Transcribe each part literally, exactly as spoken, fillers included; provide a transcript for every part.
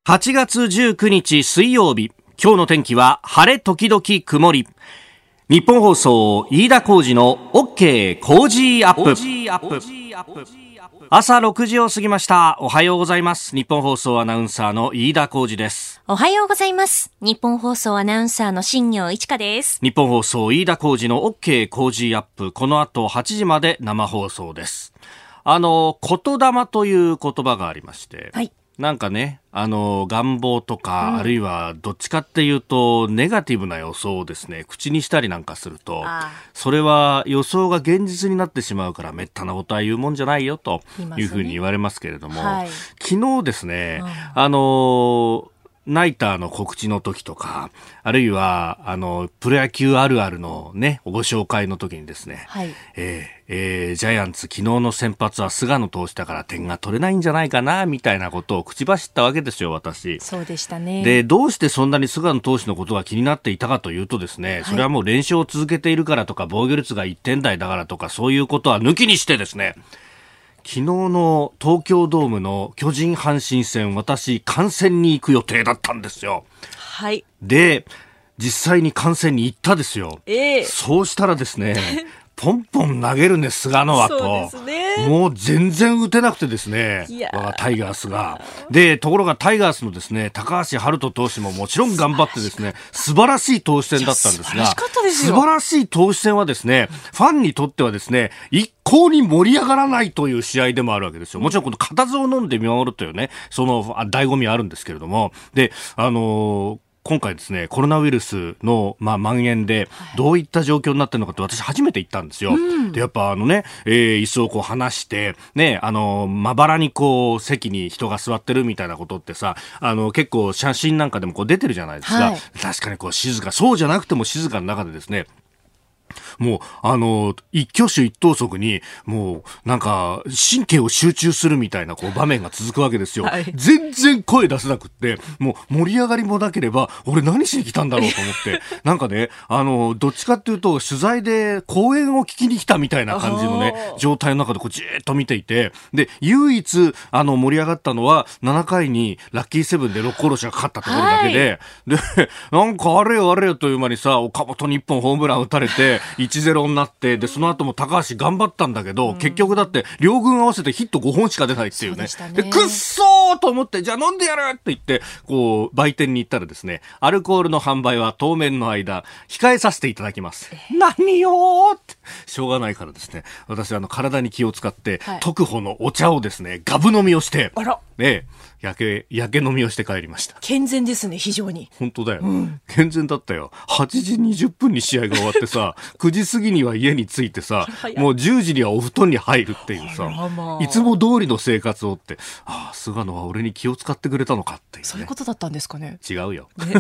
はちがつじゅうくにち水曜日、今日の天気は晴れ時々曇り。日本放送飯田浩司の OK コージーアップ。朝ろくじを過ぎました。おはようございます。日本放送アナウンサーの飯田浩司です。 おはようございます。日本放送アナウンサーの新業一華です。 日本放送飯田浩司の OK コージーアップ、この後はちじまで生放送です。あの言霊という言葉がありまして、はい、なんかね、あの願望とか、うん、あるいはどっちかっていうとネガティブな予想をですね口にしたりなんかすると、それは予想が現実になってしまうからめったなことは言うもんじゃないよというふうに言われますけれども、はい、昨日ですね、うん、あのナイターの告知の時とか、あるいはあのプロ野球あるあるのねご紹介の時にですね、はい、えーえー、ジャイアンツ昨日の先発は菅野投手だから点が取れないんじゃないかなみたいなことを口走ったわけですよ、私。 そうでしたね。 で、どうしてそんなに菅野投手のことが気になっていたかというとですね、はい、それはもう連勝を続けているからとか防御率がいってん台だからとかそういうことは抜きにしてですね、昨日の東京ドームの巨人阪神戦、私観戦に行く予定だったんですよ。 はい。 で、実際に観戦に行ったですよ。 えー、 そうしたらですねポンポン投げるんです、菅野はと。そうですね。もう全然打てなくてですね、我がタイガースが。で、ところがタイガースのですね、高橋遥人投手ももちろん頑張ってですね、素晴らしい投手戦だったんですが、素晴らしい投手戦はですね、ファンにとってはですね、一向に盛り上がらないという試合でもあるわけですよ。もちろんこの固唾を飲んで見守るというね、その醍醐味はあるんですけれども、で、あのー今回ですね、コロナウイルスの、まあ、蔓延でどういった状況になってるのかって私初めて行ったんですよ。うん、でやっぱあのね、えー、椅子をこう離してね、あのまばらにこう席に人が座ってるみたいなことってさ、あの結構写真なんかでもこう出てるじゃないですか。はい、確かにこう静か、そうじゃなくても静かの中でですね、もうあの一挙手一投足にもうなんか神経を集中するみたいなこう場面が続くわけですよ。はい、全然声出せなくってもう盛り上がりもなければ俺何しに来たんだろうと思ってなんかね、あのどっちかっていうと取材で講演を聞きに来たみたいな感じのね状態の中でこうじーっと見ていて、で唯一あの盛り上がったのはななかいにラッキーセブンでろっころしがかかったところだけで、はい、でなんかあれよあれよという間にさ、岡本にいっぽんホームラン打たれていちゼロになって、でその後も高橋頑張ったんだけど、うん、結局だって両軍合わせてヒットごほんしか出ないっていうね。でくっそーと思って、じゃあ飲んでやるって言ってこう売店に行ったらですね、アルコールの販売は当面の間控えさせていただきます。えー、何よーってしょうがないからですね、私あの体に気を使って、はい、特保のお茶をですねガブ飲みをして、あら、ね、やけやけ飲みをして帰りました。 健全ですね、非常に。本当だよ、うん、健全だったよ。はちじにじゅっぷんに試合が終わってさくじ過ぎには家に着いてさ、もうじゅうじにはお布団に入るっていうさ、いつも通りの生活をって、ああ菅野は俺に気を使ってくれたのかっていう、ね、 そういうことだったんですかね。 違うよ、ね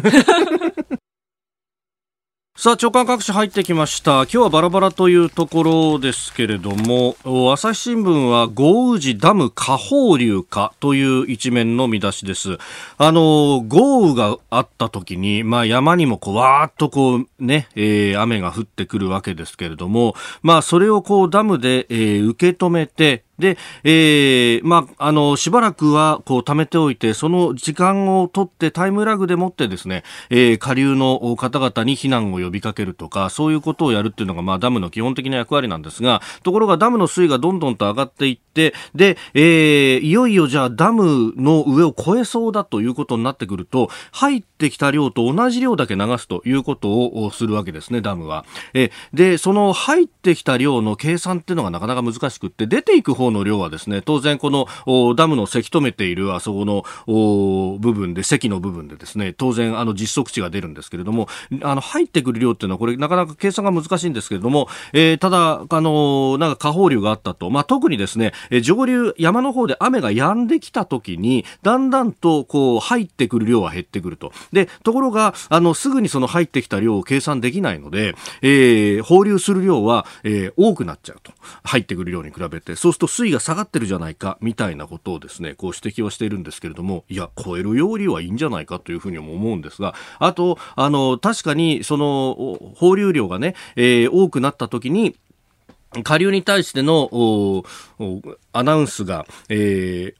さあ朝刊各紙入ってきました。今日はバラバラというところですけれども、朝日新聞は豪雨時ダム下放流かという一面の見出しです。あの豪雨があった時に、まあ、山にもこうわーっとこうね、えー、雨が降ってくるわけですけれども、まあそれをこうダムで、えー、受け止めて、で、えー、まあ、あの、しばらくは、こう、貯めておいて、その時間を取ってタイムラグでもってですね、えー、下流の方々に避難を呼びかけるとか、そういうことをやるっていうのが、まあ、ダムの基本的な役割なんですが、ところがダムの水位がどんどんと上がっていって、で、えー、いよいよじゃあダムの上を越えそうだということになってくると、入ってきた量と同じ量だけ流すということをするわけですね、ダムは。えー、で、その入ってきた量の計算っていうのがなかなか難しくって、出ていく方の量はですね、当然このダムのせき止めているあそこの部分で、堰の部分でですね、当然あの実測値が出るんですけれども、あの入ってくる量っていうのはこれなかなか計算が難しいんですけれども、えー、ただあのなんか下放流があったと、まあ、特にですね、上流山の方で雨が止んできた時にだんだんとこう入ってくる量は減ってくると。でところがあのすぐにその入ってきた量を計算できないので、えー、放流する量は、えー、多くなっちゃうと、入ってくる量に比べて。そうすると水位が下がってるじゃないかみたいなことをですね、こう指摘をしているんですけれども、いや超えるよりはいいんじゃないかというふうにも思うんですが、あとあの確かにその放流量がね、えー、多くなった時に下流に対してのアナウンスが、えー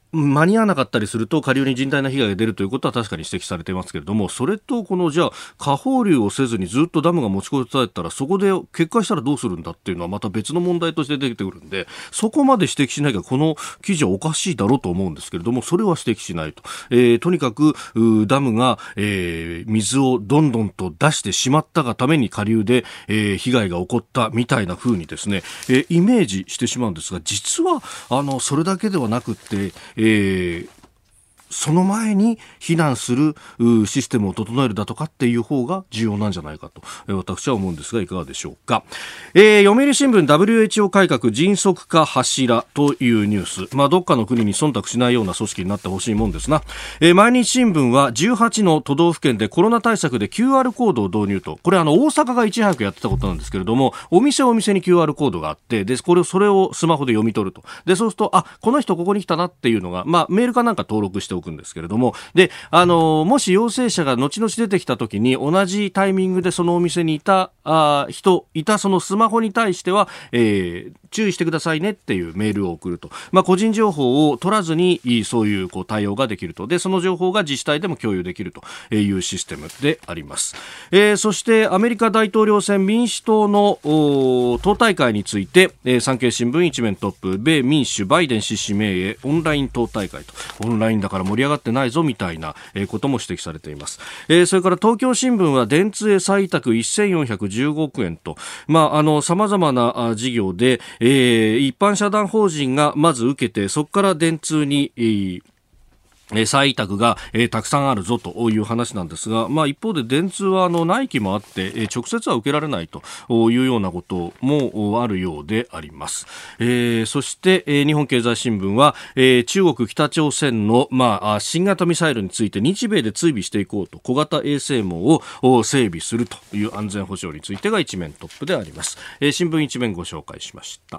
間に合わなかったりすると下流に甚大な被害が出るということは確かに指摘されていますけれども、それとこのじゃあ下放流をせずにずっとダムが持ちこたえたらそこで決壊したらどうするんだっていうのはまた別の問題として出てくるんで、そこまで指摘しなきゃこの記事はおかしいだろうと思うんですけれども、それは指摘しないと、えー、とにかくダムが、えー、水をどんどんと出してしまったがために下流で、えー、被害が起こったみたいな風にですね、えー、イメージしてしまうんですが、実はあのそれだけではなくって、えーその前に避難するシステムを整えるだとかっていう方が重要なんじゃないかと、えー、私は思うんですがいかがでしょうか。えー、読売新聞 ダブリューエイチオー 改革迅速化柱というニュース、まあ、どっかの国に忖度しないような組織になってほしいもんですな。えー、毎日新聞はじゅうはちの都道府県でコロナ対策で キューアール コードを導入と、これあの大阪がいち早くやってたことなんですけれども、お店お店に キューアール コードがあって、でこれをそれをスマホで読み取ると、でそうするとあこの人ここに来たなっていうのが、まあ、メールかなんか登録しておくんですけれども、であのもし陽性者が後々出てきた時に同じタイミングでそのお店にいたあ人いたそのスマホに対しては、えー、注意してくださいねっていうメールを送ると、まあ、個人情報を取らずにそういう、こう対応ができると、でその情報が自治体でも共有できるというシステムであります。えー、そしてアメリカ大統領選民主党の党大会について、えー、産経新聞一面トップ、米民主バイデン氏指名へオンライン党大会と、オンラインだから盛り上がってないぞみたいなことも指摘されています。えー、それから東京新聞は電通へ再委託せんよんひゃくじゅうごおくえんと、まあ、あの様々な事業で、えー、一般社団法人がまず受けて、そこから電通に、えー再委託が、えー、たくさんあるぞという話なんですが、まあ、一方で電通はあの内規もあって、えー、直接は受けられないというようなこともあるようであります。えー、そして、えー、日本経済新聞は、えー、中国北朝鮮の、まあ、新型ミサイルについて日米で追尾していこうと小型衛星網を整備するという安全保障についてが一面トップであります。えー、新聞一面ご紹介しました。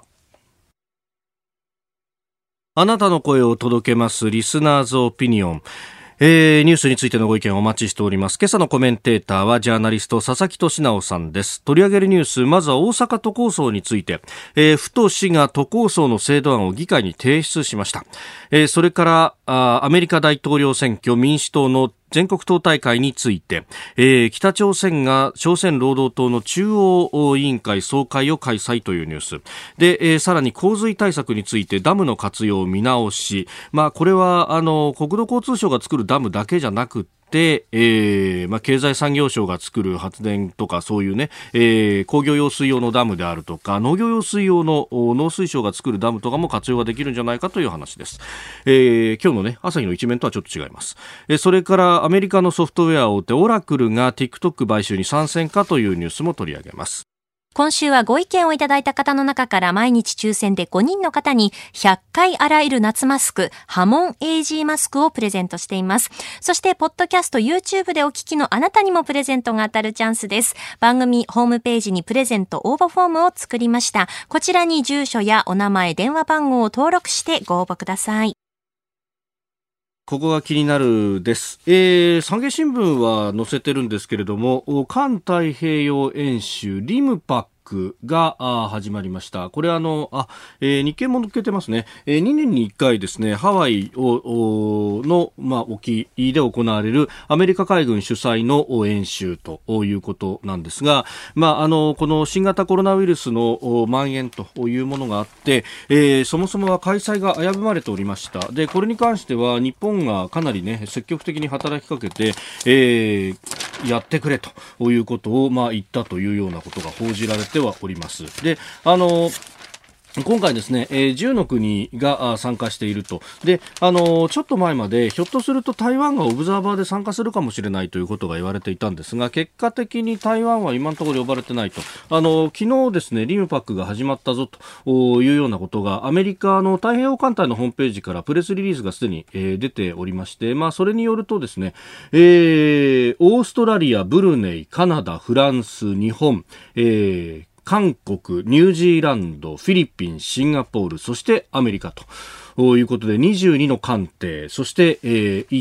あなたの声を届けますリスナーズオピニオン、えー、ニュースについてのご意見をお待ちしております。今朝のコメンテーターはジャーナリスト佐々木俊直さんです。取り上げるニュース、まずは大阪都構想について、えー、府と市が都構想の制度案を議会に提出しました。えー、それからあアメリカ大統領選挙民主党の全国党大会について、えー、北朝鮮が朝鮮労働党の中央委員会総会を開催というニュースで、えー、さらに洪水対策についてダムの活用を見直し、まあ、これはあの国土交通省が作るダムだけじゃなくで、えーまあ、経済産業省が作る発電とかそういうね、えー、工業用水用のダムであるとか農業用水用の農水省が作るダムとかも活用ができるんじゃないかという話です。えー、今日のね朝日の一面とはちょっと違います。えー、それからアメリカのソフトウェア大手オラクルが TikTok 買収に参戦かというニュースも取り上げます。 今週はご意見をいただいた方の中から毎日抽選でごにんの方にひゃっかい洗える夏マスク、ハモン エージー マスクをプレゼントしています。そして、ポッドキャスト、YouTube でお聞きのあなたにもプレゼントが当たるチャンスです。番組ホームページにプレゼント応募フォームを作りました。こちらに住所やお名前、電話番号を登録してご応募ください。 ここが気になるです。えー、産経新聞は載せてるんですけれども、環太平洋演習リムパックが始まりました。これあのあ、えー、日経も載っけてますね。えー、にねんにいっかいですね、ハワイをの、まあ、沖で行われるアメリカ海軍主催の演習ということなんですが、まあ、あのこの新型コロナウイルスの蔓延というものがあって、えー、そもそもは開催が危ぶまれておりました。でこれに関しては日本がかなりね積極的に働きかけて、えー、やってくれということを、まあ、言ったというようなことが報じられてはおります。で、あの今回ですね、えー、じゅうの国が参加していると。で、あのー、ちょっと前までひょっとすると台湾がオブザーバーで参加するかもしれないということが言われていたんですが、結果的に台湾は今のところ呼ばれてないと。あのー、昨日ですね、リムパックが始まったぞというようなことがアメリカの太平洋艦隊のホームページからプレスリリースがすでに、えー、出ておりまして、まあそれによるとですね、えー、オーストラリア、ブルネイ、カナダ、フランス、日本、えー韓国、ニュージーランド、フィリピン、シンガポール、そしてアメリカということでにじゅうにの艦艇、そして、えー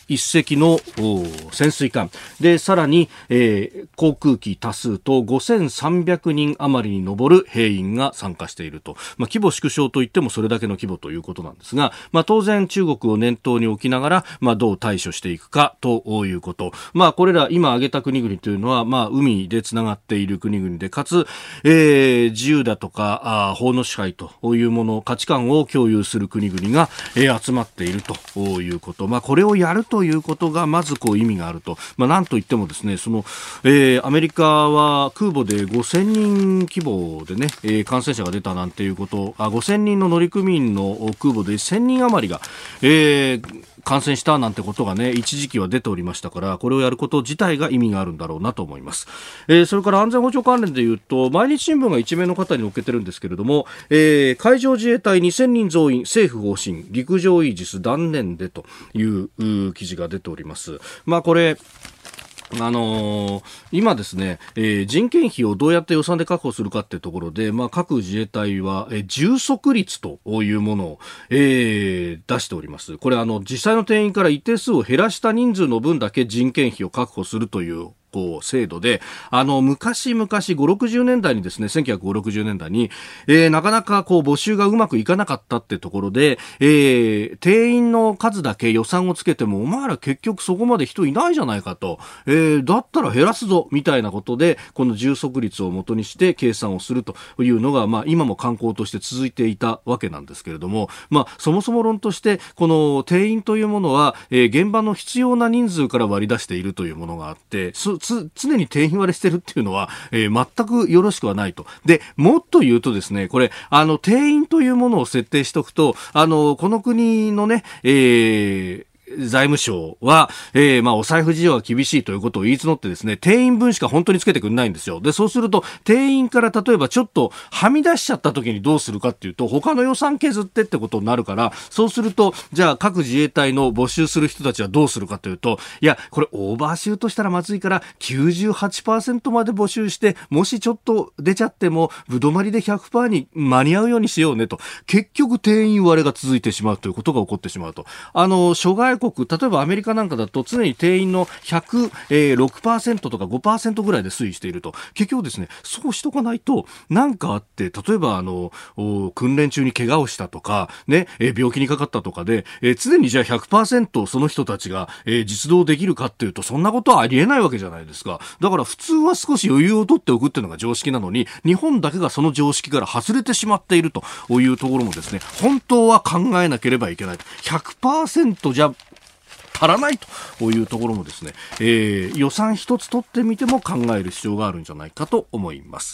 いっ隻の潜水艦で、さらに、えー、航空機多数とごせんさんびゃくにん余りに上る兵員が参加していると、まあ、規模縮小といってもそれだけの規模ということなんですが、まあ、当然中国を念頭に置きながら、まあ、どう対処していくかということ、まあ、これら今挙げた国々というのは、まあ、海でつながっている国々で、かつ、えー、自由だとかあ法の支配というもの、価値観を共有する国々が、えー、集まっているということ、まあ、これをやるということがまずこう意味があると、まあ、なんといってもですね、その、えー、アメリカは空母でごせんにん規模でね、えー、感染者が出たなんていうこと、あごせんにんの乗組員の空母でせんにん余りが、えー、感染したなんてことがね、一時期は出ておりましたから、これをやること自体が意味があるんだろうなと思います。えー、それから安全保障関連でいうと、毎日新聞が一面の方に載っけてるんですけれども、えー、海上自衛隊にせんにん増員、政府方針、陸上イージス断念でという記事が出ております。まあこれあのー、今ですね、えー、人件費をどうやって予算で確保するかっていうところで、まあ、各自衛隊は、えー、充足率というものを、えー、出しております。これあの実際の定員から一定数を減らした人数の分だけ人件費を確保するというこう制度で、あの昔々ご、ろくじゅうねんだいにですね、せんきゅうひゃくごじゅう、ろくじゅうねんだいに、えー、なかなかこう募集がうまくいかなかったってところで、えー、定員の数だけ予算をつけてもお前ら結局そこまで人いないじゃないかと、えー、だったら減らすぞみたいなことで、この充足率を元にして計算をするというのが、まあ今も慣行として続いていたわけなんですけれども、まあそもそも論としてこの定員というものは、えー、現場の必要な人数から割り出しているというものがあって、つ常に定員割れしてるっていうのは、えー、全くよろしくはないと。で、もっと言うとですね、これ、あの、定員というものを設定しておくと、あの、この国のね、えー、財務省は、えー、まあ、お財布事情が厳しいということを言い募ってですね、定員分しか本当につけてくれないんですよ。で、そうすると、定員から例えばちょっとはみ出しちゃった時にどうするかっていうと、他の予算削ってってことになるから、そうすると、じゃあ各自衛隊の募集する人たちはどうするかというと、いや、これオーバーシュートしたらまずいから、きゅうじゅうはちパーセント まで募集して、もしちょっと出ちゃっても、ぶどまりで ひゃくパーセント に間に合うようにしようねと。結局定員割れが続いてしまうということが起こってしまうと。あの、諸外国、例えばアメリカなんかだと常に定員のひゃくろくパーセント とか ごパーセント ぐらいで推移していると。結局ですね、そうしとかないと、なんかあって、例えばあの、訓練中に怪我をしたとか、ね、病気にかかったとかで、常にじゃあ ひゃくパーセント その人たちが実動できるかっていうと、そんなことはありえないわけじゃないですか。だから普通は少し余裕を取っておくっていうのが常識なのに、日本だけがその常識から外れてしまっているというところもですね、本当は考えなければいけない。ひゃくパーセント じゃ足らないというところもですね、えー、予算一つ取ってみても考える必要があるんじゃないかと思います。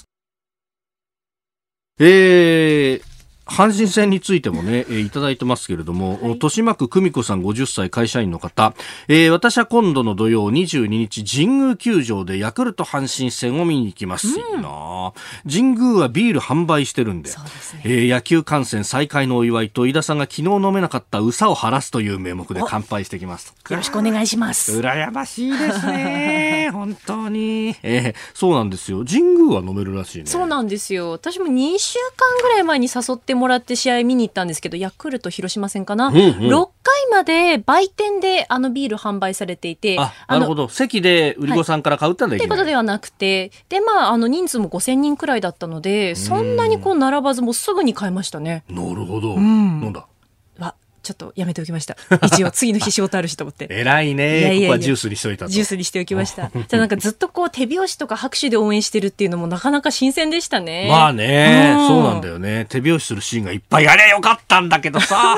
えー阪神戦についてもね、えー、いただいてますけれども、はい、豊島区久美子さんごじゅっさい会社員の方、えー、私は今度の土曜にじゅうににち神宮球場でヤクルト阪神戦を見に行きます、うん、いいな。神宮はビール販売してるんで、そうですね、えー、野球観戦再開のお祝いと飯田さんが昨日飲めなかったうさを晴らすという名目で乾杯してきます。 よろしくお願いします。 羨ましいですね本当に、えー、そうなんですよ。神宮は飲めるらしいね。 そうなんですよ。私もにしゅうかんぐらい前に誘ってもらって試合見に行ったんですけど、ヤクルト広島戦かな、うんうん、ろっかいまで売店であのビール販売されていて、 ああなるほど、席で売り子さんから買うってのはできない、 はい、ってことではなくて、で、まあ、あの人数もごせんにんくらいだったので、そんなにこう並ばずもうすぐに買いましたね。 なるほど、うん、なんだわちょっとやめておきました。一応次の日仕事あるしと思って偉いね。いやいやいや、ここはジュースにしておいたと。 ジュースにしておきました。じゃあなんかずっとこう手拍子とか拍手で応援してるっていうのもなかなか新鮮でしたね。 まあね、うん、そうなんだよね。手拍子するシーンがいっぱいあれよかったんだけどさ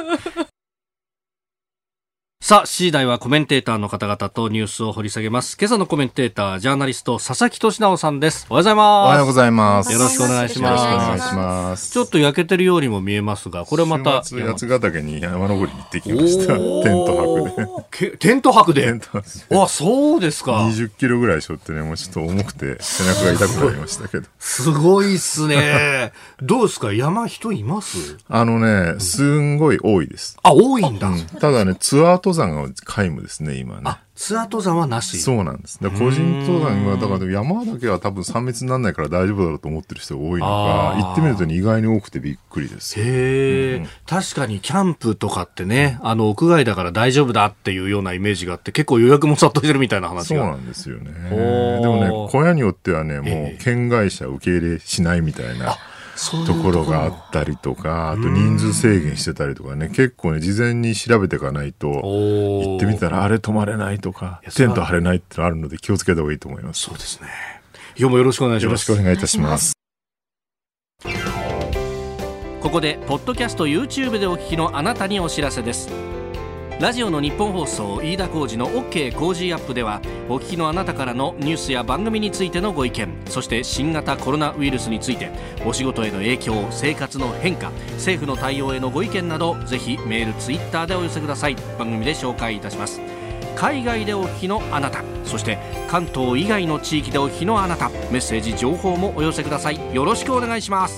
さあ、しちじ台はコメンテーターの方々とニュースを掘り下げます。今朝のコメンテーター、ジャーナリスト、佐々木俊直さんです。おはようございます。 おはようございます。 よろしくお願いします。 よろしくお願いします。 ちょっと焼けてるようにも見えますが、これまた。 週末、八ヶ岳に山登りに行ってきました。テント泊で。 テント泊でテント泊で。 あ、そうですか。 にじゅっキロぐらい背負ってね、もうちょっと重くて、背中が痛くなりましたけど。 すごいっすね。どうですか、山人います？ あのね、すんごい多いです。 あ、多いんだ。うん、 ただね、ツアー登山が皆無ですね、今ね。 あ、ツアー登山はなし。 そうなんです。だ個人登山は、だから山だけは多分さん密にならないから大丈夫だろうと思ってる人が多いのか、行ってみると、ね、意外に多くてびっくりです。 へー、うん、確かにキャンプとかってね、あの屋外だから大丈夫だっていうようなイメージがあって、結構予約も殺到してるみたいな話が。 そうなんですよね。でもね、小屋によってはね、もう県外者受け入れしないみたいなところがあったりとか、あと人数制限してたりとかね、結構ね、事前に調べていかないと、行ってみたらあれ泊まれないとか、テント張れないってのあるので気をつけた方がいいと思います。 そうですね。今日もよろしくお願いします。 よろしくお願いいたします。 ここでポッドキャスト YouTube でお聞きのあなたにお知らせです。ラジオの日本放送飯田浩司の OK コージーアップでは、お聞きのあなたからのニュースや番組についてのご意見、そして新型コロナウイルスについて、お仕事への影響、生活の変化、政府の対応へのご意見など、ぜひメール、ツイッターでお寄せください。番組で紹介いたします。海外でお聞きのあなた、そして関東以外の地域でお聞きのあなた、メッセージ情報もお寄せください。よろしくお願いします。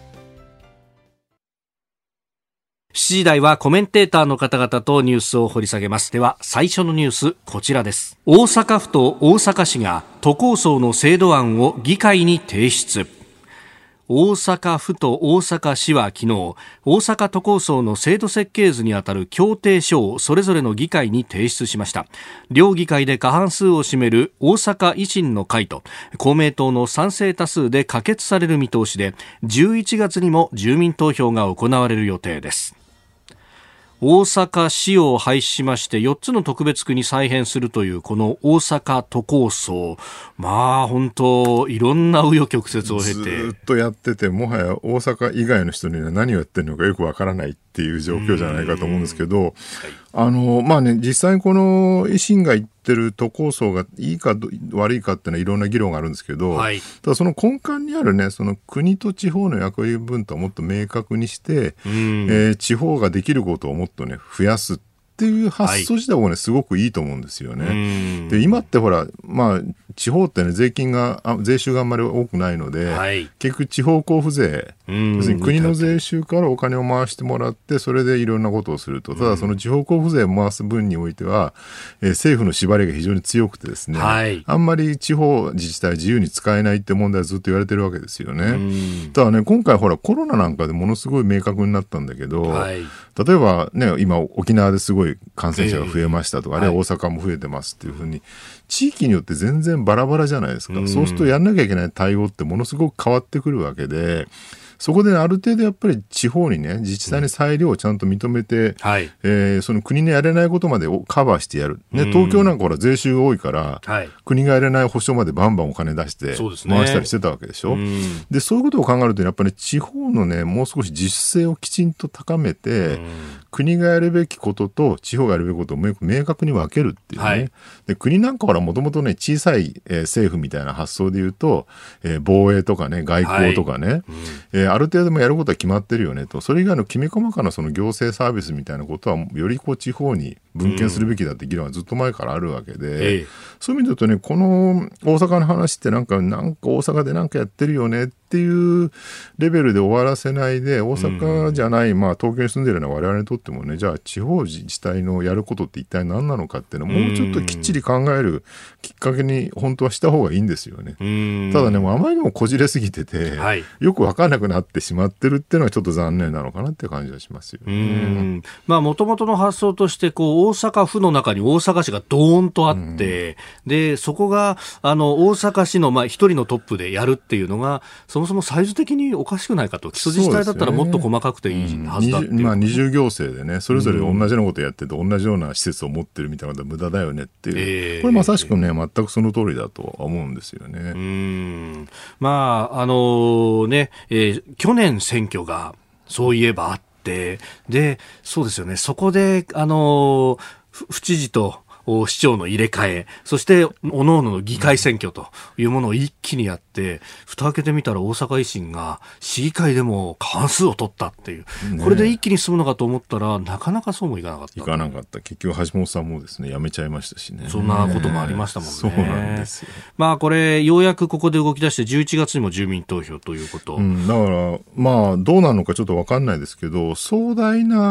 しちじ台はコメンテーターの方々とニュースを掘り下げます。では最初のニュース、こちらです。大阪府と大阪市が都構想の制度案を議会に提出。大阪府と大阪市は昨日、大阪都構想の制度設計図にあたる協定書をそれぞれの議会に提出しました。両議会で過半数を占める大阪維新の会と公明党の賛成多数で可決される見通しで、じゅういちがつにも住民投票が行われる予定です。大阪市を廃止しましてよっつの特別区に再編するというこの大阪都構想、まあ本当いろんな紆余曲折を経てずっとやってて、もはや大阪以外の人には何をやってるのかよくわからないっていう状況じゃないかと思うんですけど、はい、あのまあね、実際この維新が言ってる都構想がいいか悪いかっていうのはいろんな議論があるんですけど、はい、ただその根幹にあるね、その国と地方の役割分担をもっと明確にして、えー、地方ができることをもっとね増やすっていう発想自体もね、すごくいいと思うんですよね。で今ってほら、まあ、地方ってね、税金が税収があんまり多くないので、はい、結局地方交付税、要するに国の税収からお金を回してもらって、それでいろんなことをすると。ただその地方交付税を回す分においては、えー、政府の縛りが非常に強くてですね、はい、あんまり地方自治体自由に使えないって問題はずっと言われてるわけですよね。ただね、今回ほらコロナなんかでものすごい明確になったんだけど、はい、例えばね、今沖縄ですごい感染者が増えましたとか、えー、あるいは大阪も増えてますっていうふうに、地域によって全然バラバラじゃないですか。うそうするとやんなきゃいけない対応ってものすごく変わってくるわけで、そこである程度やっぱり地方にね、自治体に裁量をちゃんと認めて、うんはいえー、その国のやれないことまでをカバーしてやる、ね、東京なんかほら税収多いから、はい、国がやれない保証までバンバンお金出して回したりしてたわけでしょ。そうですね。うん、でそういうことを考えるとやっぱり、ね、地方のね、もう少し自主性をきちんと高めて、うん、国がやるべきことと地方がやるべきことを明確に分けるっていうね、はい、で国なんかほらもともとね、小さい、えー、政府みたいな発想で言うと、えー、防衛とかね、外交とかね、はいうんえーある程度もやることは決まってるよねと、それ以外のきめ細かなその行政サービスみたいなことはよりこう地方に分権するべきだって議論はずっと前からあるわけで、うんええ、そういう意味で言うとね、この大阪の話ってなんかなんか大阪でなんかやってるよねっていうレベルで終わらせないで、大阪じゃない、まあ、東京に住んでるような我々にとってもね、じゃあ地方自治体のやることって一体何なのかっていうのをもうちょっときっちり考えるきっかけに本当はした方がいいんですよね。うんただね、もうあまりにもこじれすぎてて、はい、よく分からなくなってしまってるっていうのはちょっと残念なのかなっていう感じがしますよね。 うんまあもともとの発想としてこう大阪府の中に大阪市がドーンとあって、でそこがあの大阪市のまあ一人のトップでやるっていうのがそもそもサイズ的におかしくないかと。基礎自治体だったらもっと細かくていいはずだっていう、 うんまあ、二重行政でね、それぞれ同じようなことやってて同じような施設を持ってるみたいなことは無駄だよねっていう、えー、これまさしくね全くその通りだと思うんですよね。 うんまああのね、えー、去年選挙がそういえばあって、でそうですよね、そこであの府知事と市長の入れ替え、そして各々の議会選挙というものを一気にやって、蓋開けてみたら大阪維新が市議会でも過半数を取ったっていう、ね、これで一気に進むのかと思ったらなかなかそうもいかなかった。 いかなかった。結局橋本さんもですね辞めちゃいましたしね。 そんなこともありましたもんね。 そうなんですよ。 まあこれようやくここで動き出してじゅういちがつにも住民投票ということ、 うん、だからまあどうなのかちょっと分かんないですけど、壮大な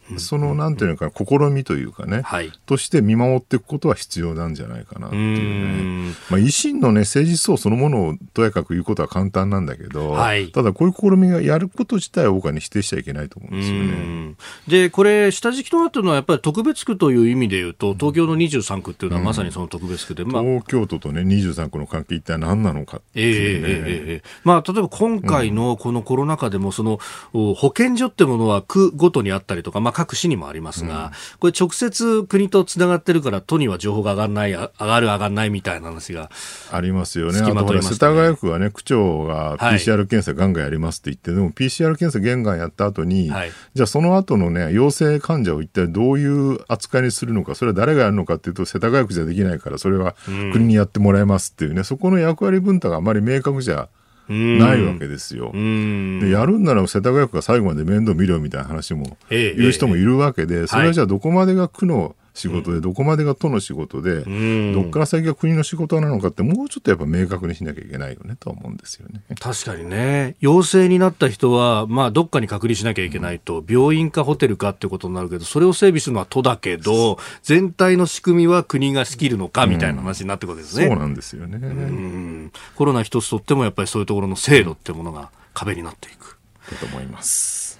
そのなんていうのか試みというかね、はい、として見守っていくことは必要なんじゃないかなっていうね。まあ、維新のね政治思想そのものをとやかく言うことは簡単なんだけど、はい、ただこういう試みがやること自体は僕は、ね、否定しちゃいけないと思うんですよね。 でこれ下敷きとなっているのはやっぱり特別区という意味でいうと東京のにじゅうさんくっていうのはまさにその特別区で、うんまあ、 東京都と、ね、にじゅうさんくの関係一体何なのかっていうね、えーえーえーまあ、例えば今回のこのコロナ禍でもその保健所ってものは区ごとにあったりとか、まあ、各市にもありますが、うん、これ直接国とつながってるから都には情報が上がらない上がる上がらないみたいな話がありますよね。あとほら世田谷区はね区長が ピーシーアール 検査ガンガンやりますって言って、はい、でも ピーシーアール 検査ガンガンやった後に、はい、じゃあその後のね陽性患者を一体どういう扱いにするのか、それは誰がやるのかっていうと世田谷区じゃできないからそれは国にやってもらいますっていうね、うん、そこの役割分担があまり明確じゃないわけですよ。でやるんなら世田谷区が最後まで面倒見ろみたいな話も言う人もいるわけで、それはじゃあどこまでが区の仕事でどこまでが都の仕事でどっから先が国の仕事なのかってもうちょっとやっぱ明確にしなきゃいけないよねと思うんですよね。 確かにね、陽性になった人はまあどっかに隔離しなきゃいけないと、病院かホテルかってことになるけど、それを整備するのは都だけど全体の仕組みは国が仕切るのかみたいな話になってくるんですね。 そうなんですよね。 うんコロナ一つとってもやっぱりそういうところの制度ってものが壁になっていくだと思います。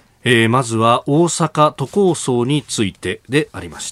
えー、まずは大阪都構想についてでありました。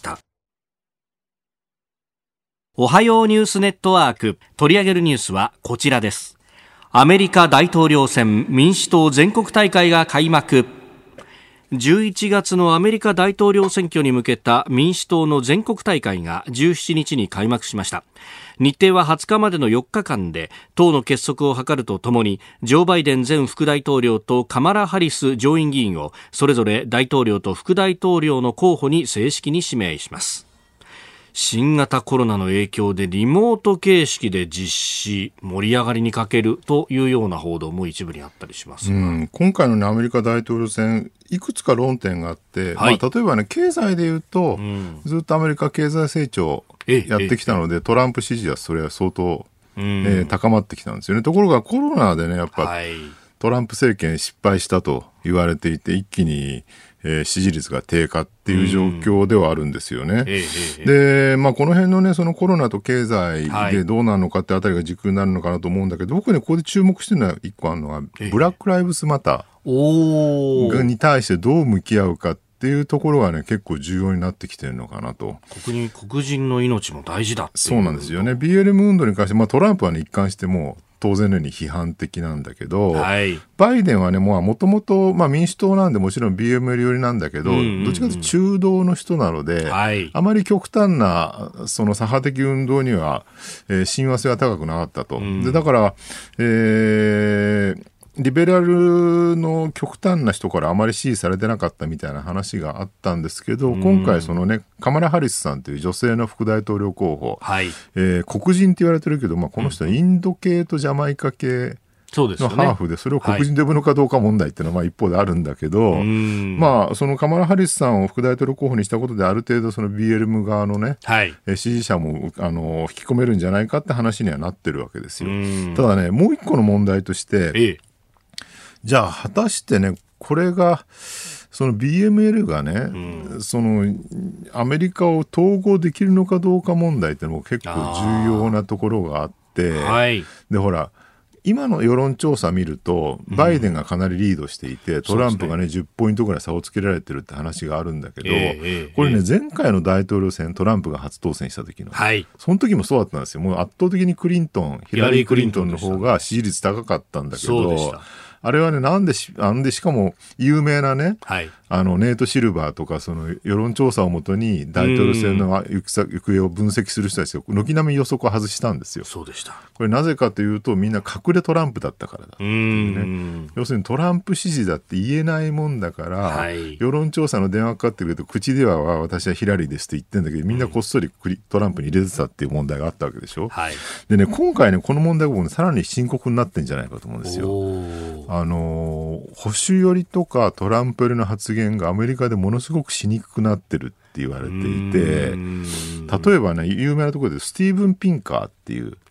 おはようニュースネットワーク、取り上げるニュースはこちらです。アメリカ大統領選民主党全国大会が開幕。じゅういちがつのアメリカ大統領選挙に向けた民主党の全国大会がじゅうしちにちに開幕しました。日程ははつかまでのよっかかんで党の結束を図るとともに、ジョー・バイデン前副大統領とカマラ・ハリス上院議員をそれぞれ大統領と副大統領の候補に正式に指名します。新型コロナの影響でリモート形式で実施、盛り上がりに欠けるというような報道も一部にあったりしますが、うん、 今回の、ね、アメリカ大統領選いくつか論点があって、はいまあ、例えば、ね、経済でいうと、うん、ずっとアメリカ経済成長やってきたのでトランプ支持はそれは相当、うんえー、高まってきたんですよね。ところがコロナでねやっぱ、はい、トランプ政権失敗したと言われていて一気にえー、支持率が低下っていう状況ではあるんですよね。うんええで、まあ、この辺のねそのコロナと経済でどうなるのかってあたりが軸になるのかなと思うんだけど、僕ねここで注目してるのは一個あるのは、ええ、ブラックライブスマターに対してどう向き合うかっていうところがね結構重要になってきてるのかなと。 国に黒人の命も大事だっていう。 そうなんですよね。 ビーエルエム 運動に関して、まあ、トランプはね一貫してもう当然のように批判的なんだけど、はい、バイデンはねもともと民主党なんでもちろん ビーエルエム 寄りなんだけど、うんうんうん、どっちかというと中道の人なので、はい、あまり極端なその左派的運動には、えー、親和性が高くなかったと、うん、でだから、えーリベラルの極端な人からあまり支持されてなかったみたいな話があったんですけど、うん、今回そのねカマラ・ハリスさんという女性の副大統領候補、はいえー、黒人って言われてるけど、まあ、この人はインド系とジャマイカ系のハーフで、それを黒人で呼ぶのかどうか問題っていうのはまあ一方であるんだけど、はいまあ、そのカマラ・ハリスさんを副大統領候補にしたことである程度その ビーエルエム 側のね、はい、支持者もあの引き込めるんじゃないかって話にはなってるわけですよ。ただねもう一個の問題として、ええじゃあ果たしてねこれがその ビーエムエル がね、うん、そのアメリカを統合できるのかどうか問題っていうのも結構重要なところがあって、はい、でほら今の世論調査見るとバイデンがかなりリードしていて、うん、トランプがねじゅっポイントぐらい差をつけられてるって話があるんだけど、えー、これね、えー、前回の大統領選トランプが初当選した時の、はい、その時もそうだったんですよ。もう圧倒的にクリントンヒラリー・クリントンの方が支持率高かったんだけど、そうでした。あれはねなんでしなんでしかも有名なね、はい、あのネイト・シルバーとかその世論調査をもとに大統領選の行方を分析する人たちが軒並み予測を外したんですよ。 そうでした。 これなぜかというとみんな隠れトランプだったからだっていうね。要するにトランプ支持だって言えないもんだから、はい、世論調査の電話かかってくると口では私はヒラリーですって言ってるんだけどみんなこっそりトランプに入れてたっていう問題があったわけでしょ、はい、でね今回ねこの問題が、ね、さらに深刻になってんじゃないかと思うんですよ。あの保守寄りとかトランプ寄りの発言がアメリカでものすごくしにくくなってるって言われていて、例えばね有名なところでスティーブン・ピンカーっていう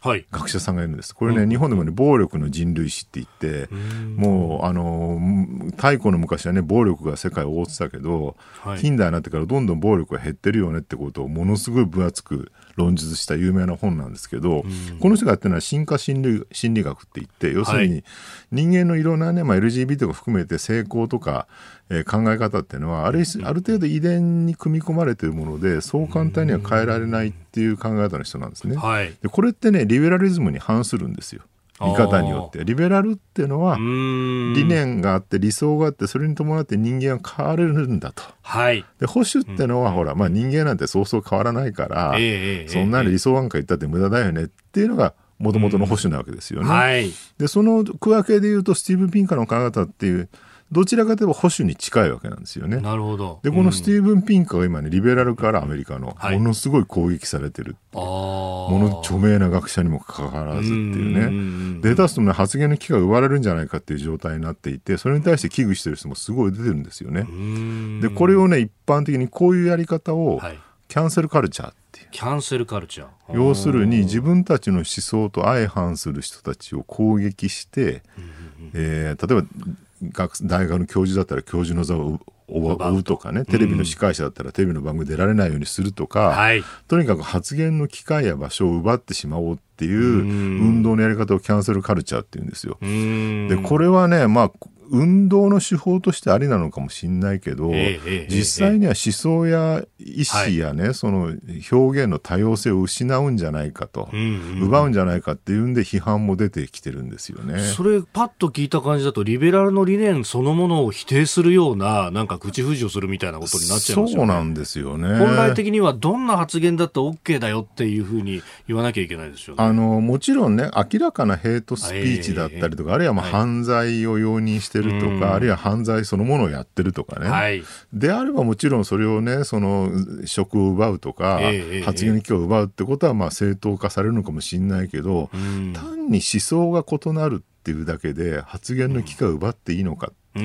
学者さんがいるんです。これね、うん、日本でもね暴力の人類史って言って、うん、もうあの太古の昔はね暴力が世界を覆ってたけど、はい、近代になってからどんどん暴力が減ってるよねってことをものすごい分厚く論述した有名な本なんですけど、うん、この人がやってるのは進化心理、心理学って言って、要するに人間のいろんなね、まあ、エルジービーティー とか含めて成功とか、えー、考え方っていうのはある、ある程度遺伝に組み込まれているものでそう簡単には変えられないっていう考え方の人なんですね、はい、でこれってねリベラリズムに反するんですよ。見方によってリベラルっていうのは理念があって理想があってそれに伴って人間は変われるんだと、はい、で保守っていうのは、うん、ほら、まあ、人間なんてそうそう変わらないから、えー、そんなに理想なんか言ったって無駄だよねっていうのがもともとの保守なわけですよね、うんはい、でその区分けでいうとスティーブン・ピンカーの考え方っていうどちらかといえば保守に近いわけなんですよね。なるほど。でこのスティーブン・ピンカーが今ねリベラルからアメリカのものすごい攻撃されてるっていう、はい、もの著名な学者にもかかわらずっていうね、で下手するとね発言の機会を奪われるんじゃないかっていう状態になっていてそれに対して危惧してる人もすごい出てるんですよね。でこれをね一般的にこういうやり方をキャンセルカルチャーっていう、 キャンセルカルチャー、 要するに自分たちの思想と相反する人たちを攻撃して、えー、例えば大学の教授だったら教授の座を追うとかね、テレビの司会者だったらテレビの番組出られないようにするとか、はい、とにかく発言の機会や場所を奪ってしまおうっていう運動のやり方をキャンセルカルチャーっていうんですよ。でこれはね、まあ運動の手法としてありなのかもしれないけど、えー、実際には思想や意思やね、はい、その表現の多様性を失うんじゃないかと、うんうん、奪うんじゃないかっていうんで批判も出てきてるんですよね。 それパッと聞いた感じだとリベラルの理念そのものを否定するようななんか口封じをするみたいなことになっちゃいますよね。 そうなんですよね。 本来的にはどんな発言だって OK だよっていうふうに言わなきゃいけないですよね。 あのもちろんね明らかなヘイトスピーチだったりとか、えー、あるいはまあ犯罪を容認してるとか、はい、あるいは犯罪そのものをやってるとかね、はい、であればもちろんそれをねその職を奪うとか、えー、発言の機会を奪うってことはまあ正当化されるのかもしれないけど、うん、単に思想が異なるっていうだけで発言の機会を奪っていいのか、うん、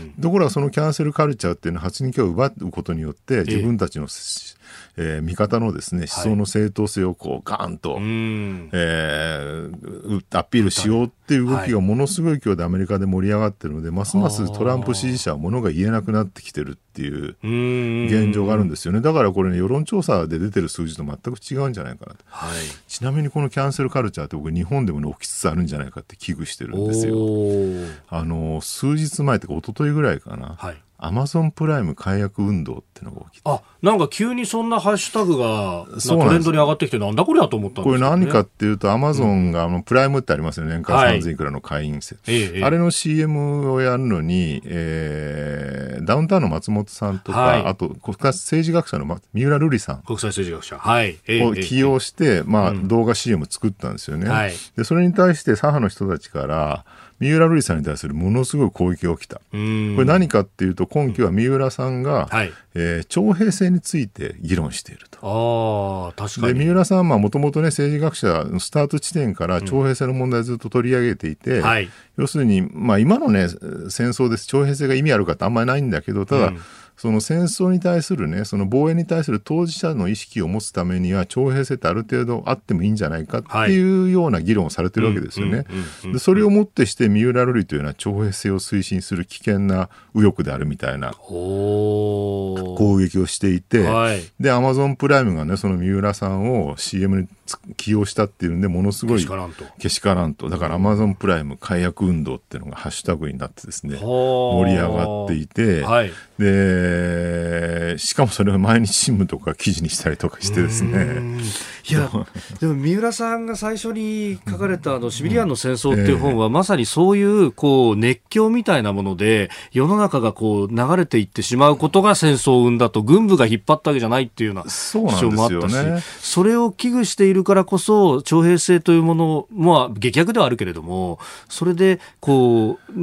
ところがそのキャンセルカルチャーっていうのは発言の機会を奪うことによって自分たちの、えーえー、味方のですね思想の正当性をこうガーンと、はい、えー、アピールしようっていう動きがものすごい勢いでアメリカで盛り上がってるので、ますますトランプ支持者はものが言えなくなってきてるっていう現状があるんですよね。だからこれね世論調査で出てる数字と全く違うんじゃないかなと、はい、ちなみにこのキャンセルカルチャーって僕日本でも、ね、起きつつあるんじゃないかって危惧してるんですよ。あの数日前とか一昨日ぐらいかな、はい、アマゾンプライム解約運動ってのが起きて、 あ、なんか急にそんなハッシュタグがトレンドに上がってきてなんだこれやと思ったんですけどね。 これ何かっていうとアマゾンが、うん、プライムってありますよね、年間さんぜんいくらの会員制、はい、あれの シーエム をやるのに、えー、ダウンタウンの松本さんとか、はい、あと国際政治学者の三浦瑠麗さん国際政治学者、はい、 を起用して、まあ、動画 シーエム 作ったんですよね、はい、でそれに対して左派の人たちから三浦瑠麗さんに対するものすごい攻撃が起きた。これ何かっていうと今期は三浦さんが、はい、えー、徴兵制について議論していると。 あ、確かに。 で三浦さんはもともとね政治学者のスタート地点から徴兵制の問題をずっと取り上げていて、うん、はい、要するに、まあ、今のね戦争です徴兵制が意味あるかってあんまりないんだけど、ただ、うん、その戦争に対するねその防衛に対する当事者の意識を持つためには徴兵制ってある程度あってもいいんじゃないかっていうような議論をされてるわけですよね。でそれをもってして三浦瑠麗というのは徴兵制を推進する危険な右翼であるみたいな攻撃をしていて、はい、でアマゾンプライムがねその三浦さんを シーエム に起用したっていうんでものすごいけしからんとけしからんとだからアマゾンプライム解約運動っていうのがハッシュタグになってですね盛り上がっていて、はい、でしかもそれを毎日新聞とか記事にしたりとかしてですね。 いやでも三浦さんが最初に書かれたあのシビリアンの戦争っていう本はまさにそういうこう熱狂みたいなもので世の中がこう流れていってしまうことが戦争を生んだと、軍部が引っ張ったわけじゃないっていうような主張もあったし、 そ, ね、それを危惧しているからこそ徴兵制というものも激悪ではあるけれどもそれでこう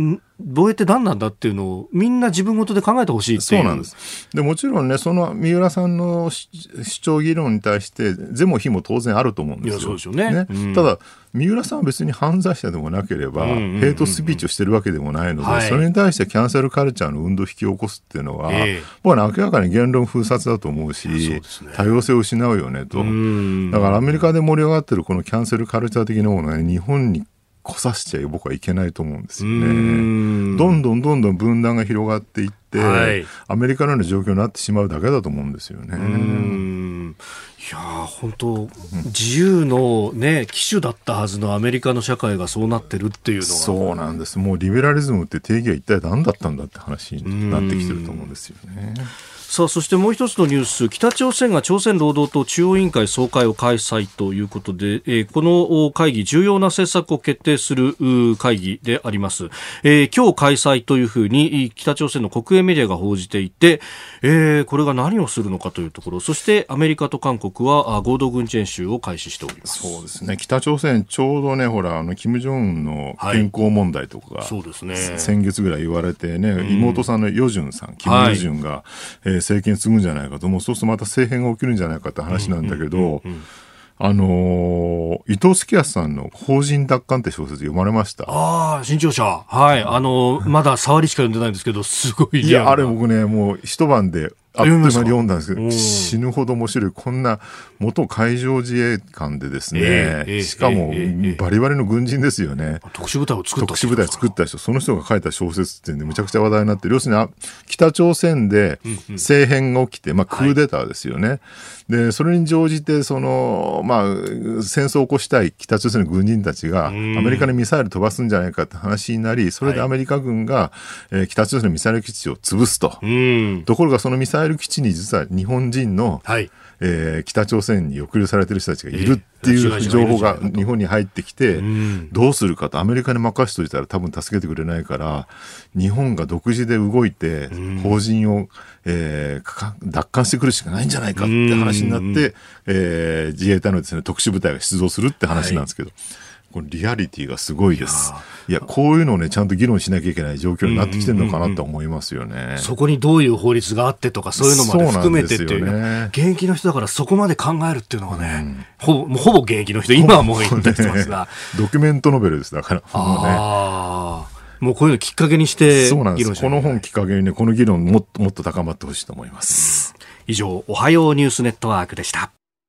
防衛って何なんだっていうのをみんな自分ごとで考えてほしいっていう。 そうなんです。でもちろんね、その三浦さんの主張議論に対して是も非も当然あると思うんですよ。 いや、そうですよね。ね、 うん、ただ三浦さんは別に犯罪者でもなければ、うんうんうんうん、ヘイトスピーチをしてるわけでもないので、はい、それに対してキャンセルカルチャーの運動を引き起こすっていうのは、えー、僕は、ね、明らかに言論封殺だと思うし、う、ね、多様性を失うよねと。だからアメリカで盛り上がってるこのキャンセルカルチャー的なものが、ね、日本に来させちゃ僕はいけないと思うんですよね。どんどんどんどん分断が広がっていって、はい、アメリカのような状況になってしまうだけだと思うんですよね。うーん、 いや本当自由の、ね、機種だったはずのアメリカの社会がそうなってるっていうのは。 そうなんです。もうリベラリズムって定義は一体何だったんだって話になってきてると思うんですよね。 さあ、そしてもう一つのニュース、北朝鮮が朝鮮労働党中央委員会総会を開催ということで、えー、この会議重要な政策を決定する会議であります、えー、今日開催というふうに北朝鮮の国営メディアが報じていて、えー、これが何をするのかというところ、そしてアメリカと韓国は合同軍事演習を開始しております。 そうですね、北朝鮮ちょうどね、ほらあの金正恩の健康問題とかが、はい、そうですね、先月ぐらい言われてね、うん、妹さんのヨジュンさん、キム・ヨジュンが、はい、えー政権継ぐんじゃないかと、もうそうするとまた政変が起きるんじゃないかって話なんだけど、うんうんうんうん、あのー、伊藤助康さんの法人奪還って小説読まれました？ ああ、新潮社、はい、あのー、まだ触りしか読んでないんですけど、すごいいや、あれ僕ね、もう一晩であっという間に読んだんですけど、死ぬほど面白い。こんな元海上自衛官でですね、えーえー、しかも、えーえー、バリバリの軍人ですよね。 特殊部隊を作った人。 特殊部隊を作った人、その人が書いた小説っていうんでむちゃくちゃ話題になってる。要するに北朝鮮で政変が起きて、まあ、クーデターですよね。はい、でそれに乗じてその、まあ、戦争を起こしたい北朝鮮の軍人たちがアメリカにミサイル飛ばすんじゃないかって話になり、それでアメリカ軍が、はい、えー、北朝鮮のミサイル基地を潰すと。ところがそのミサイル基地に実は日本人の、はい、えー、北朝鮮に抑留されている人たちがいるっていう情報が日本に入ってきて、どうするかと、アメリカに任せておいたら多分助けてくれないから、日本が独自で動いて邦人を、えー、奪還してくるしかないんじゃないかって話になって、えー、自衛隊のですね、特殊部隊が出動するって話なんですけど、はい、このリアリティがすごいです。いや、こういうのをね、ちゃんと議論しなきゃいけない状況になってきてるのかなと思いますよね。うんうんうん、 そこにどういう法律があってとか、そういうのまで含めてっていう、ね、現役の人だからそこまで考えるっていうのがね、うん、ほぼ、ほぼ現役の人、今はもう言ってますが、ね、 ドキュメントノベルです、だから。 あもうこういうのきっかけにしてそうなんです。この本きっかけにね、この議論もっともっと高まってほしいと思います。 うん、以上、おはようニュースネットワークでした。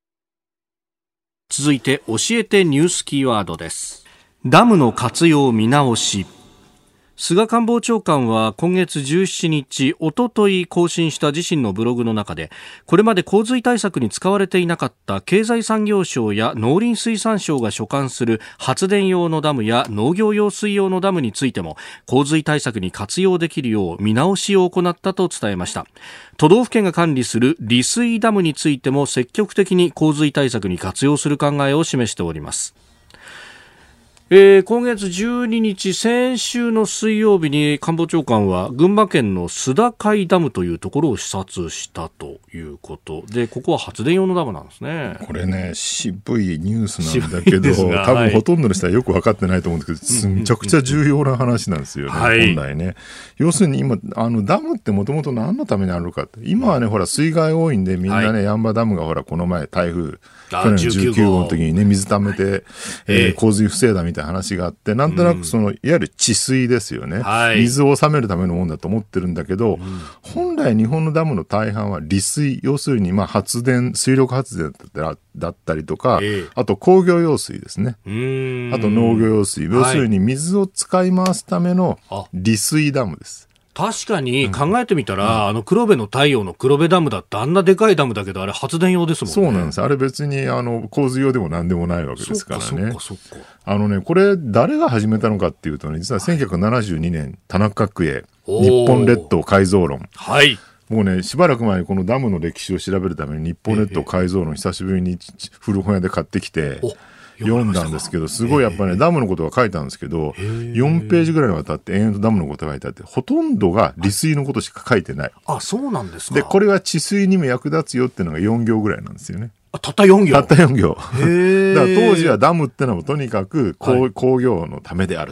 続いて、教えてニュースキーワードです。ダムの活用見直し。菅官房長官は今月じゅうしちにち、おととい更新した自身のブログの中で、これまで洪水対策に使われていなかった経済産業省や農林水産省が所管する発電用のダムや農業用水用のダムについても洪水対策に活用できるよう見直しを行ったと伝えました。都道府県が管理する利水ダムについても積極的に洪水対策に活用する考えを示しております。えー、今月じゅうににち、先週の水曜日に官房長官は群馬県の須田海ダムというところを視察したということで、ここは発電用のダムなんですね。 これね、渋いニュースなんだけど、多分ほとんどの人はよく分かってないと思うんですけど、めちゃくちゃ重要な話なんですよね、はい、本来ね。要するに今、あのダムってもともと何のためにあるのかって、今はね、ほら水害多いんでみんなね、はい、ヤンバダムがほらこの前台風、去年のじゅうきゅうごの時にね、水溜めて、はい、えー、洪水防いだみたいな話があって、なんとなくその、いわゆる治水ですよね、はい、水を収めるためのものだと思ってるんだけど、うん、本来日本のダムの大半は利水、要するにまあ発電、水力発電だったりとか、えー、あと工業用水ですね、うーん、あと農業用水、要するに水を使い回すための利水ダムです。 確かに考えてみたら、うん、あの黒部の太陽の黒部ダムだってあんなでかいダムだけど、あれ発電用ですもんね。 そうなんです。あれ別にあの洪水用でも何でもないわけですからね。そっかそっかそっか。あのね、これ誰が始めたのかっていうとね、実はせんきゅうひゃくななじゅうにねん、田中角栄、日本列島改造論。はい。もうね、しばらく前にこのダムの歴史を調べるために日本列島改造論久しぶりに古本屋で買ってきて、読んだんですけど、すごいやっぱりね、ダムのことが書いたんですけど、よんページぐらいにわたって延々とダムのことが書いてあって、ほとんどが利水のことしか書いてない。 あ、そうなんですか。 で、これは治水にも役立つよっていうのがよん行ぐらいなんですよね。 あ、たったよん行。 たったよん行。へだから当時はダムってのはとにかく工、はい、工業のためである。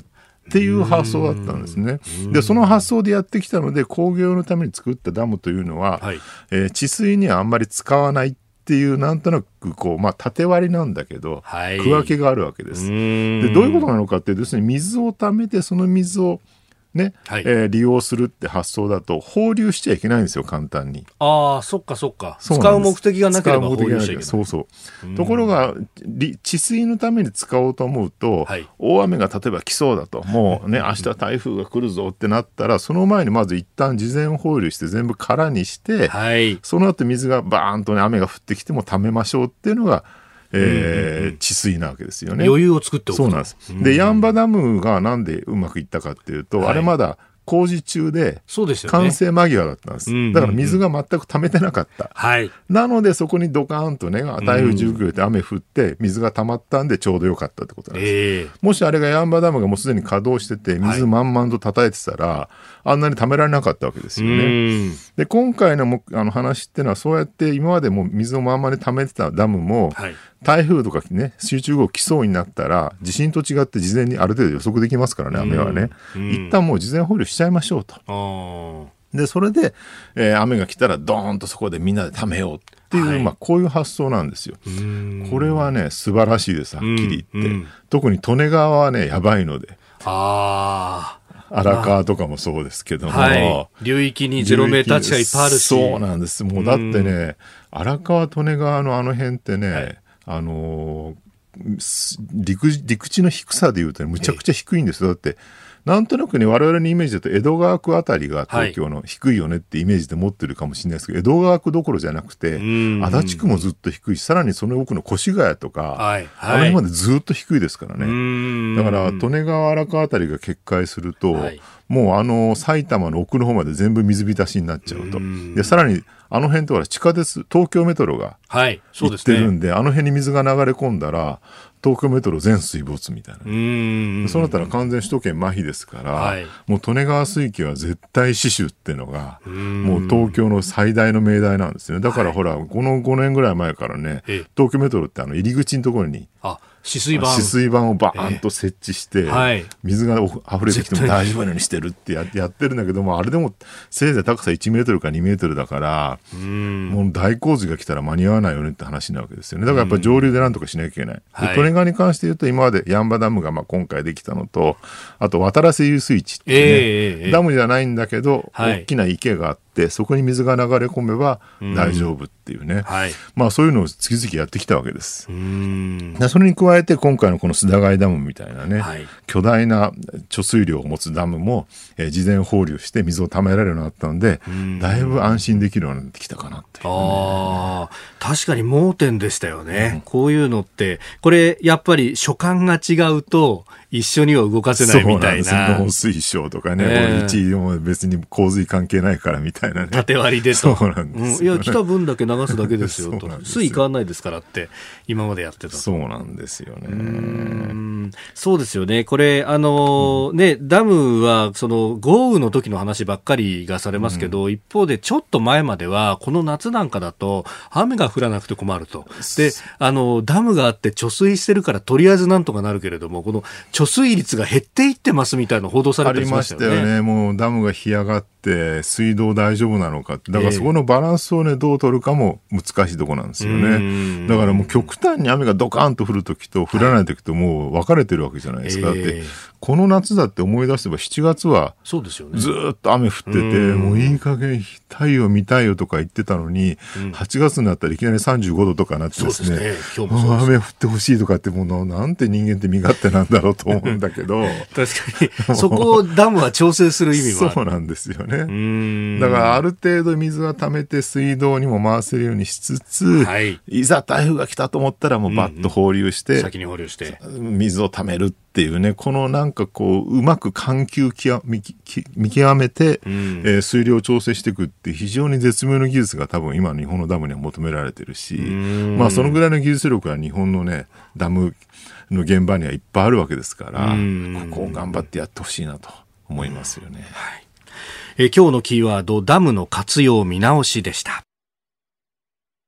っていう発想だったんですね。でその発想でやってきたので工業のために作ったダムというのは、はい、えー、治水にはあんまり使わないっていうなんとなくこう、まあ、縦割りなんだけど、はい、区分けがあるわけです。でどういうことなのかっていうと、要するに水をためてその水をね、はい、えー、利用するって発想だと放流しちゃいけないんですよ、簡単に。 ああ、そっかそっか。使う目的がなければ放流しちゃいけない。 そうそう。ところが治水のために使おうと思うと、はい、大雨が例えば来そうだと、もうね明日台風が来るぞってなったら、その前にまず一旦事前放流して全部空にして、はい、その後水がバーンとね雨が降ってきてもためましょうっていうのがえーうんうん、治水なわけですよね。 余裕を作っておく。 そうなんです。で、ヤンバダムがなんでうまくいったかっていうと、はい、あれまだ工事中で完成間際だったんです。だから水が全く溜めてなかった。はい、なのでそこにドカーンとね台風じゅうきゅうで雨降って水が溜まったんでちょうどよかったってことなんです。えー、もしあれがヤンバダムがもうすでに稼働してて水満々と叩いてたら、はい、あんなに溜められなかったわけですよね。で今回のもあの話っていうのはそうやって今までも水をまんまに溜めてたダムも、はい、台風とかね集中豪雨来そうになったら地震と違って事前にある程度予測できますからね、雨はね、うん、一旦もう事前放流しちゃいましょうと。あでそれで、えー、雨が来たらドーンとそこでみんなでためようっていう、はい、まあ、こういう発想なんですよ。これはね素晴らしいです、はっきり言って、うんうん、特に利根川はねやばいので。あ荒川とかもそうですけども、はい、 流域にゼロメーター地がいっぱいあるし。 そうなんです。もうだってね荒川利根川のあの辺ってね、はい、あのー、陸, 陸地の低さでいうと、ね、むちゃくちゃ低いんですよ。だってなんとなくね我々のイメージだと江戸川区あたりが東京の低いよねってイメージで持ってるかもしれないですけど、はい、江戸川区どころじゃなくて足立区もずっと低いし、さらにその奥の越谷とか、はいはい、あの辺までずっと低いですからね。だから利根川荒川あたりが決壊すると、はい、もうあの埼玉の奥の方まで全部水浸しになっちゃうと。でさらにあの辺とは地下鉄東京メトロが行ってるんで、はい、そうですね、あの辺に水が流れ込んだら東京メトロ全水没みたいな。うーん、そうなったら完全首都圏麻痺ですから、はい、もう利根川水系は絶対死守っていうのがもう東京の最大の命題なんですよね。だからほら、はい、このごねんぐらい前からね東京メトロってあの入り口のところにあ止水板止水板をバーンと設置して、えーはい、水が溢れてきても大丈夫なようにしてるってや, やってるんだけども、あれでもせいぜい高さいちメートルかにメートルだから、うんもう大洪水が来たら間に合わないよねって話なわけですよね。だからやっぱり上流でなんとかしなきゃいけない。で利根川に関して言うと今までヤンバダムがまあ今回できたのと、あと渡良瀬遊水地っていうね、えー、ダムじゃないんだけど、はい、大きな池があってそこに水が流れ込めば大丈夫っていうね、うんはい、まあそういうのを次々やってきたわけです。うんでそれに加えて今回のこの須田川ダムみたいなね、はい、巨大な貯水量を持つダムも、えー、事前放流して水をためられるようになったので、だいぶ安心できるようになってきたかなっていう、ね、あ確かに盲点でしたよね、うん、こういうのってこれやっぱり所管が違うと一緒には動かせないみたいな。 そうなんです。農水省とかね、えー、一位も別に洪水関係ないからみたいなね。 縦割りでと。 そうなんですよね、 うん、いや来た分だけ流すだけですよと。水位変わんないですからって今までやってた。 そうなんですよね。うーんそうですよね。これあの、うん、ねダムはその豪雨の時の話ばっかりがされますけど、うん、一方でちょっと前まではこの夏なんかだと雨が降らなくて困ると。であのダムがあって貯水してるからとりあえずなんとかなるけれども、この貯水率が減っていってますみたいな報道されてましたよね。 ありましたよね。もうダムが干上がって水道大丈夫なのかって、だからそこのバランスをねどう取るかも難しいところなんですよね。だからもう極端に雨がドカーンと降るときと降らないときともう分かれてるわけじゃないですか。はい、だってこの夏だって思い出せばしちがつはずっと雨降ってて、もういい加減太陽見たいよとか言ってたのに、うん、はちがつになったらいきなりさんじゅうごどとかなってですね、今日もそうです。雨降ってほしいとかってもうなんて人間って身勝手なんだろうと思うんだけど確かにそこをダムは調整する意味もある。 そうなんですよね。うーんだからある程度水は溜めて水道にも回せるようにしつつ、はい、いざ台風が来たと思ったらもうバッと放流して、うんうん、 先に放流して水を溜めるっていうね、このなんかこううまく緩急見極めて、うんえー、水量を調整していくって非常に絶妙な技術が多分今の日本のダムには求められてるし、まあそのぐらいの技術力は日本のねダムの現場にはいっぱいあるわけですから、ここを頑張ってやってほしいなと思いますよね。はい、 え今日のキーワードダムの活用見直しでした。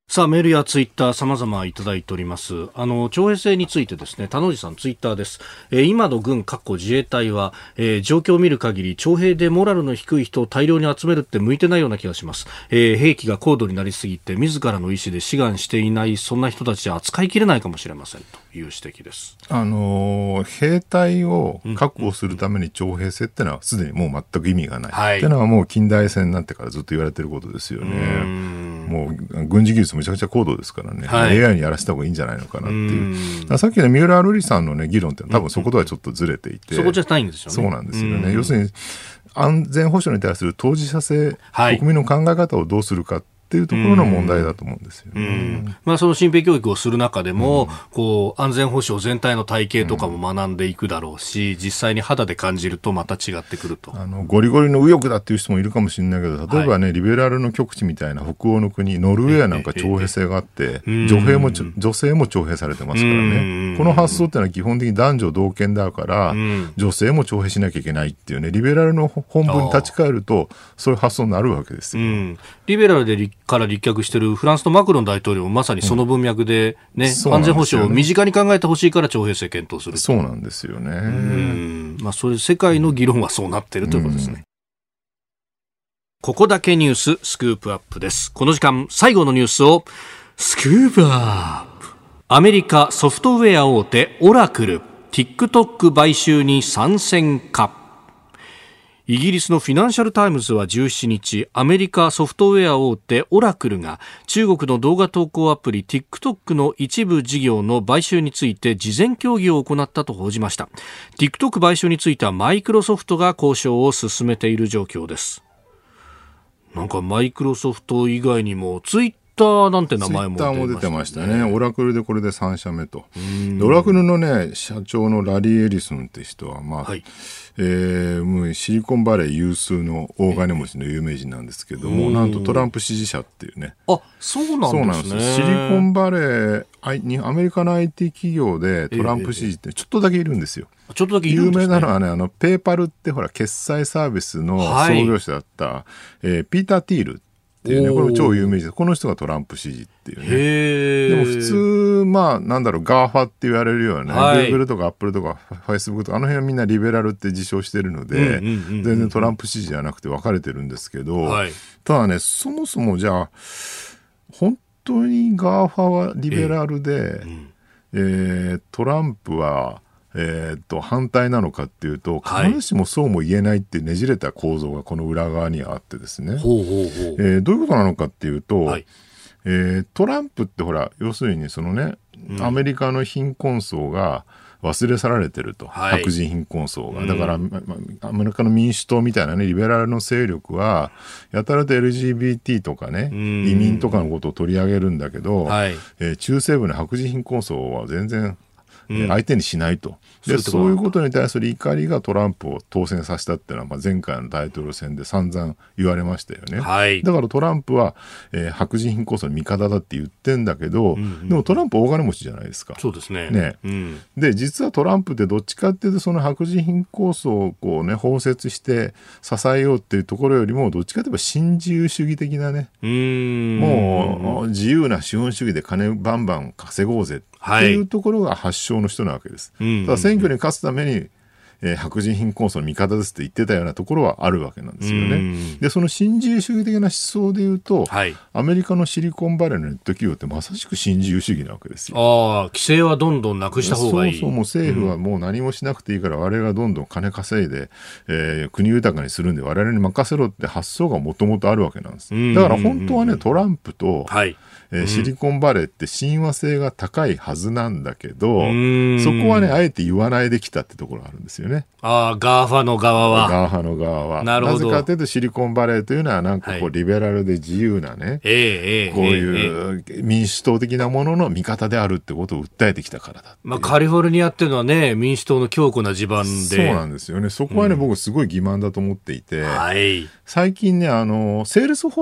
さあメールやツイッター様々いただいております。あの徴兵制についてですね、田之内さんツイッターです。えー、今の軍括弧自衛隊は、えー、状況を見る限り徴兵でモラルの低い人を大量に集めるって向いてないような気がします。えー、兵器が高度になりすぎて自らの意思で志願していない、そんな人たちじゃ扱いきれないかもしれませんという指摘です。 あのー、兵隊を確保するために徴兵制ってのはすでにもう全く意味がない、はい、っていうのはもう近代戦になってからずっと言われていることですよね。もう軍事技術めちゃくちゃ高度ですからね、はい、エーアイ にやらせた方がいいんじゃないのかなっていう。さっきの三浦瑠麗さんの、ね、議論って多分そことはちょっとずれていて、 そこじゃないんですよね。 そうなんですよね。要するに安全保障に対する当事者性、はい、国民の考え方をどうするかっていうところの問題だと思うんですよ、ね。うん、 まあ、その新兵教育をする中でも、うん、こう安全保障全体の体系とかも学んでいくだろうし、うん、実際に肌で感じるとまた違ってくると。 あのゴリゴリの右翼だっていう人もいるかもしれないけど、例えばね、はい、リベラルの極地みたいな北欧の国ノルウェーなんか徴兵制があって、女兵も女性も徴兵されてますからね。この発想ってのは基本的に男女同権だから、女性も徴兵しなきゃいけないっていうね、リベラルの本文に立ち返るとそういう発想になるわけですよ。うん、 リベラルでから立脚してフランスのマクロン大統領もまさにその文脈で、ね、うん、安全保障を身近に考えてほしいから徴兵制検討する。 そうなんですよね。うん、 まあ、それ世界の議論はそうなっているということですね。うん、ここだけニューススクープアップです。この時間最後のニュースをスクープアップ。アメリカソフトウェア大手オラクル TikTok 買収に参戦か。イギリスのフィナンシャルタイムズはじゅうしちにち、アメリカソフトウェア大手オラクルが中国の動画投稿アプリ TikTok の一部事業の買収について事前協議を行ったと報じました。 TikTok 買収についてはマイクロソフトが交渉を進めている状況です。なんかマイクロソフト以外にもツイッターなんて名前も出てましたね。ツイッターも出てましたね。 オラクルでこれでさん社目と。オラクルのね社長のラリー・エリソンって人はまあ、はい、えー、もうシリコンバレー有数の大金持ちの有名人なんですけども、なんとトランプ支持者っていうね。 あ、そうなんですね。 シリコンバレーアメリカの アイティー 企業でトランプ支持ってちょっとだけいるんですよ。 えー、ちょっとだけいるんですね。 有名なのはね、あのペーパルってほら決済サービスの創業者だった、はい、えー、ピーター・ティールっていうね、これも超有名人。この人がトランプ支持っていうね。 へー。 でも普通、まあなんだろう、ガーファって言われるようなね、はい、Google とか Apple とか Facebook とかあの辺はみんなリベラルって自称してるので、全然トランプ支持じゃなくて分かれてるんですけど、はい、ただね、そもそもじゃあ本当にガーファはリベラルで、えーうんえー、トランプはえー、と反対なのかっていうと、必ずしもそうも言えないってねじれた構造がこの裏側にあってですね、ほうほうほう、えー、どういうことなのかっていうと、はい、えー、トランプってほら要するにそのね、うん、アメリカの貧困層が忘れ去られてると、はい、白人貧困層がだから、うん、アメリカの民主党みたいなねリベラルの勢力はやたらと エルジービーティー とかね、うん、移民とかのことを取り上げるんだけど、はい、えー、中西部の白人貧困層は全然相手にしないと。でそういうことに対する怒りがトランプを当選させたっていうのは、まあ、前回の大統領選で散々言われましたよね、はい、だからトランプは、えー、白人貧困層の味方だって言ってんだけど、うんうん、でもトランプ大金持ちじゃないですか。 そうですね。 ね、うん、で実はトランプってどっちかっていうとその白人貧困層をこう、ね、包摂して支えようっていうところよりもどっちかといえば新自由主義的なね、うーん、もう自由な資本主義で金バンバン稼ごうぜっていうところが発祥の人なわけです、はい、ただ選挙に勝つために、えー、白人貧困層の味方ですって言ってたようなところはあるわけなんですよね。でその新自由主義的な思想でいうと、はい、アメリカのシリコンバレーのネット企業ってまさしく新自由主義なわけですよ。 ああ、規制はどんどんなくした方がいい。 そうそう、もう政府はもう何もしなくていいから、我々がどんどん金稼いで、えー、国豊かにするんで我々に任せろって発想がもともとあるわけなんです。だから本当はねトランプと、はい、えー、シリコンバレーって親和性が高いはずなんだけど、そこはねあえて言わないできたってところがあるんですよね。 ああ、ガーファの側はガーファの側は な, なぜかというとシリコンバレーというのはなんかこう、はい、リベラルで自由なね、えーえー、こういう民主党的なものの味方であるってことを訴えてきたからだ。 まあ、カリフォルニアっていうのはね民主党の強固な地盤で。 そうなんですよね。そこはね、うん、僕すごい欺瞞だと思っていて、はい、最近ねあのセールスフォースって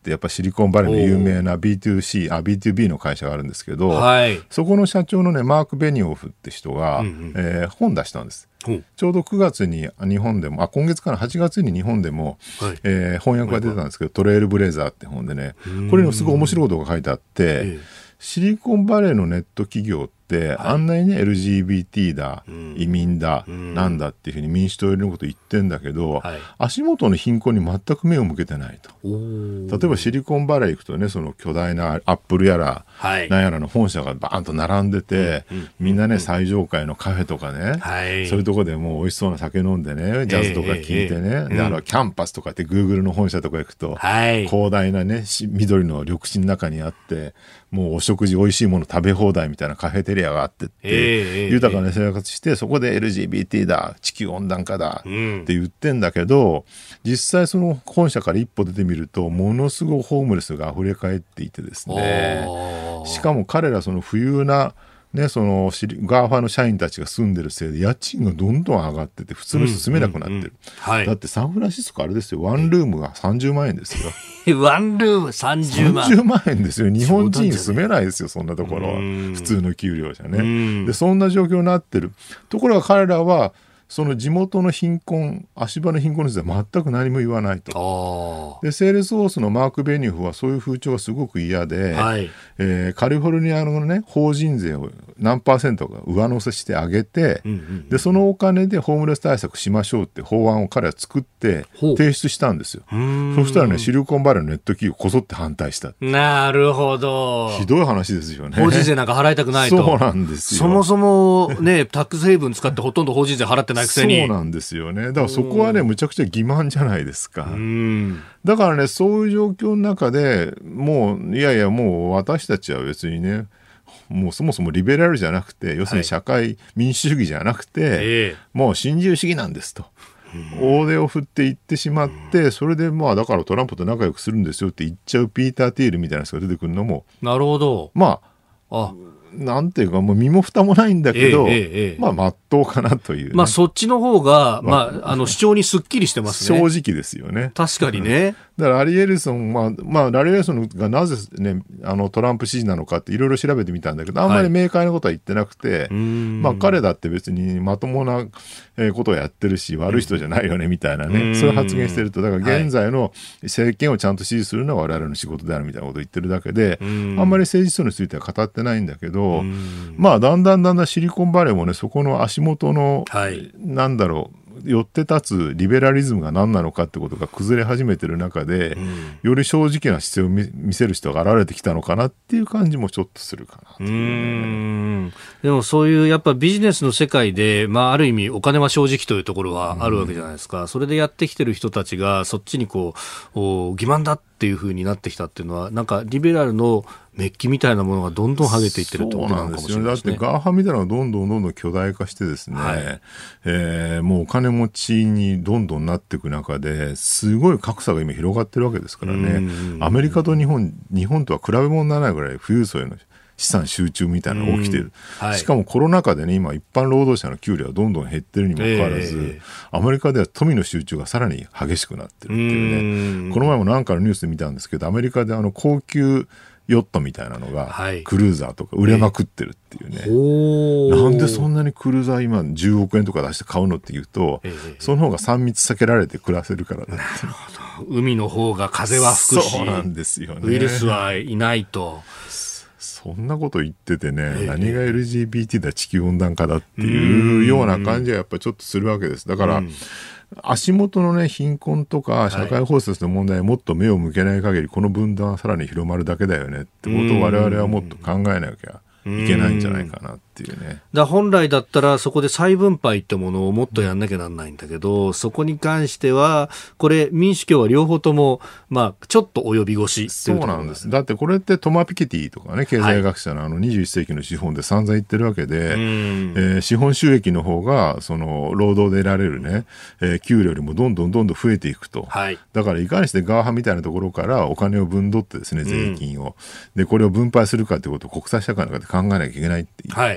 ってやっぱシリコンバレーの有名な ビーツーシー あ ビーツービー の会社があるんですけど、 はい、 そこの社長のねマーク・ベニオフって人が、うんうんえー、本出したんです。ちょうどくがつに日本でもあ今月からはちがつに日本でも、はいえー、翻訳が出てたんですけど、トレイルブレイザーって本でねこれのすごい面白いことが書いてあって、えー、シリコンバレーのネット企業ってあんなにね エルジービーティー だ、うん、移民だ、うん、なんだっていうふうに民主党寄りのこと言ってんだけど、はい、足元の貧困に全く目を向けてないと。例えばシリコンバレー行くとねその巨大なアップルやら、はい、なんやらの本社がバーンと並んでて、うん、みんなね最上階のカフェとかね、はい、そういうとこでもう美味しそうな酒飲んでねジャズとか聴いてね、えーえー、であのキャンパスとかって Google の本社とか行くと、はい、広大なね緑の緑地の中にあってもうお食事美味しいもの食べ放題みたいなカフェテリアがあってって、えー、豊かな生活してそこで エルジービーティー だ地球温暖化だって言ってんだけど、うん、実際その本社から一歩出てみるとものすごいホームレスが溢れ返っていてですねしかも彼らその富裕なね、そのガーファの社員たちが住んでるせいで家賃がどんどん上がってて普通の人住めなくなってる、うんうんうんはい、だってサンフランシスコあれですよワンルームがさんじゅうまんえんですよワンルームさんじゅうまんさんじゅうまんえんですよ。日本人住めないですよそんなところは普通の給料じゃねでそんな状況になってるところが彼らはその地元の貧困足場の貧困については全く何も言わないと。でセールスフォースのマーク・ベニュフはそういう風潮がすごく嫌で、はいえー、カリフォルニアの、ね、法人税を何パーセントか上乗せしてあげて、うんうんうん、でそのお金でホームレス対策しましょうって法案を彼は作って提出したんですよ。そしたらねシリコンバレーのネット企業こぞって反対した。 なるほどひどい話ですよね。 法人税なんか払いたくないと。 そうなんですよ。 そもそもねタックスヘイブン使ってほとんど法人税払ってないくせにそうなんですよね。だからそこはねむちゃくちゃ欺瞞じゃないですか。うんだからねそういう状況の中でもういやいやもう私たちは別にねもうそもそもリベラルじゃなくて要するに社会、はい、民主主義じゃなくて、えー、もう新自由主義なんですと大手を振って言ってしまってそれでまあだからトランプと仲良くするんですよって言っちゃうピーター・ティールみたいな人が出てくるのもなるほどまああなんていうかもう身も蓋もないんだけど、ええええ、まあ真っ当かなという、ね、 まあそっちの方が、まあ、あの主張にすっきりしてますね。 正直ですよね。 確かにね。 だからラリー・エリソン、まあ、まあ、ラリー・エリソンがなぜね、あのトランプ支持なのかっていろいろ調べてみたんだけど、あんまり明快なことは言ってなくて、はい、まあ彼だって別にまともなことをやってるし、悪い人じゃないよねみたいなね、そういう発言してると、だから現在の政権をちゃんと支持するのは我々の仕事であるみたいなことを言ってるだけで、あんまり政治層については語ってないんだけど、まあだんだんだんだんシリコンバレーもね、そこの足元の、はい、なんだろう、寄って立つリベラリズムが何なのかってことが崩れ始めてる中で、うん、より正直な姿勢を見せる人が現れてきたのかなっていう感じもちょっとするかなという、ね、うーんでもそういうやっぱビジネスの世界で、まあ、ある意味お金は正直というところはあるわけじゃないですか、うん、それでやってきてる人たちがそっちにこう欺瞞だっていう風になってきたっていうのはなんかリベラルのメッキみたいなものがどんどん剥げていってるってことなのかもしれないですね。 だってガーファみたいなのがどんどんどんどん巨大化してですね、はいえー、もうお金持ちにどんどんなっていく中ですごい格差が今広がってるわけですからね。アメリカと日本日本とは比べ物にならないぐらい富裕層への資産集中みたいなのが起きている、はい、しかもコロナ禍でね今一般労働者の給料はどんどん減ってるにもかかわらず、えー、アメリカでは富の集中がさらに激しくなってるっていうね。この前も何かのニュースで見たんですけどアメリカであの高級ヨットみたいなのが、はい、クルーザーとか売れまくってるっていうね、えー、なんでそんなにクルーザー今じゅうおくえんとか出して買うのっていうと、えー、その方がさん密避けられて暮らせるからだって。なるほど。海の方が風は吹くしそうなんですよね。 ウイルスはいないとそんなこと言っててね、えー、何が エルジービーティー だ地球温暖化だっていうような感じはやっぱりちょっとするわけです。だから、うん足元のね貧困とか社会包摂の問題にもっと目を向けない限りこの分断はさらに広まるだけだよねってことを我々はもっと考えなきゃいけないんじゃないかなっていうね。 だ本来だったらそこで再分配ってものをもっとやんなきゃなんないんだけどそこに関してはこれ民主共は両方ともまあちょっと及び腰っていうところ。 そうなんです。だってこれってトマ・ピケティとかね経済学者のあのにじゅういっ世紀の資本で散々言ってるわけで、えー、資本収益の方がその労働で得られるね、えー、給料よりもどんどんどんどん増えていくと、はい、だからいかにしてガーハみたいなところからお金を分取ってですね税金を、うん、でこれを分配するかということを国際社会の中で考えなきゃいけないって言って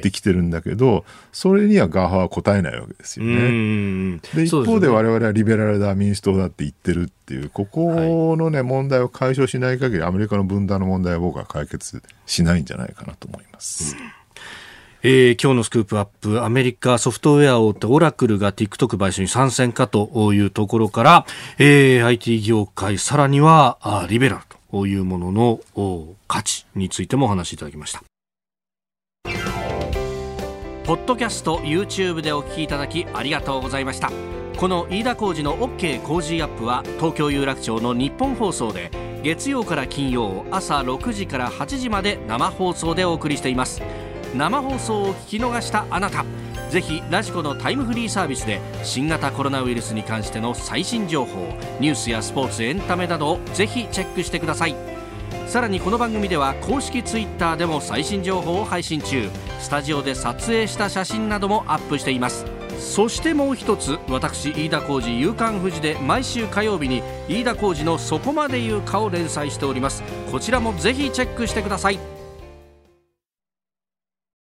ってきてるんだけど、はい、それにはガーハは答えないわけですよね。うんで一方で我々はリベラルだ民主党だって言ってるっていうここのね、はい、問題を解消しない限りアメリカの分断の問題は僕は解決しないんじゃないかなと思います。うんえー、今日のスクープアップ、アメリカソフトウェア大手オラクルが TikTok 買収に参戦かというところから、えー、アイティー 業界さらにはあリベラルというものの価値についてもお話しいただきました。ポッドキャスト YouTube でお聞きいただきありがとうございました。この飯田浩司の OK 工事アップは東京有楽町の日本放送で月曜から金曜朝ろくじからはちじまで生放送でお送りしています。生放送を聞き逃したあなた、ぜひラジコのタイムフリーサービスで新型コロナウイルスに関しての最新情報、ニュースやスポーツ、エンタメなどをぜひチェックしてください。さらにこの番組では公式ツイッターでも最新情報を配信中、スタジオで撮影した写真などもアップしています。そしてもう一つ、私飯田浩司夕刊フジで毎週火曜日に飯田浩司のそこまで言うかを連載しております。こちらもぜひチェックしてください。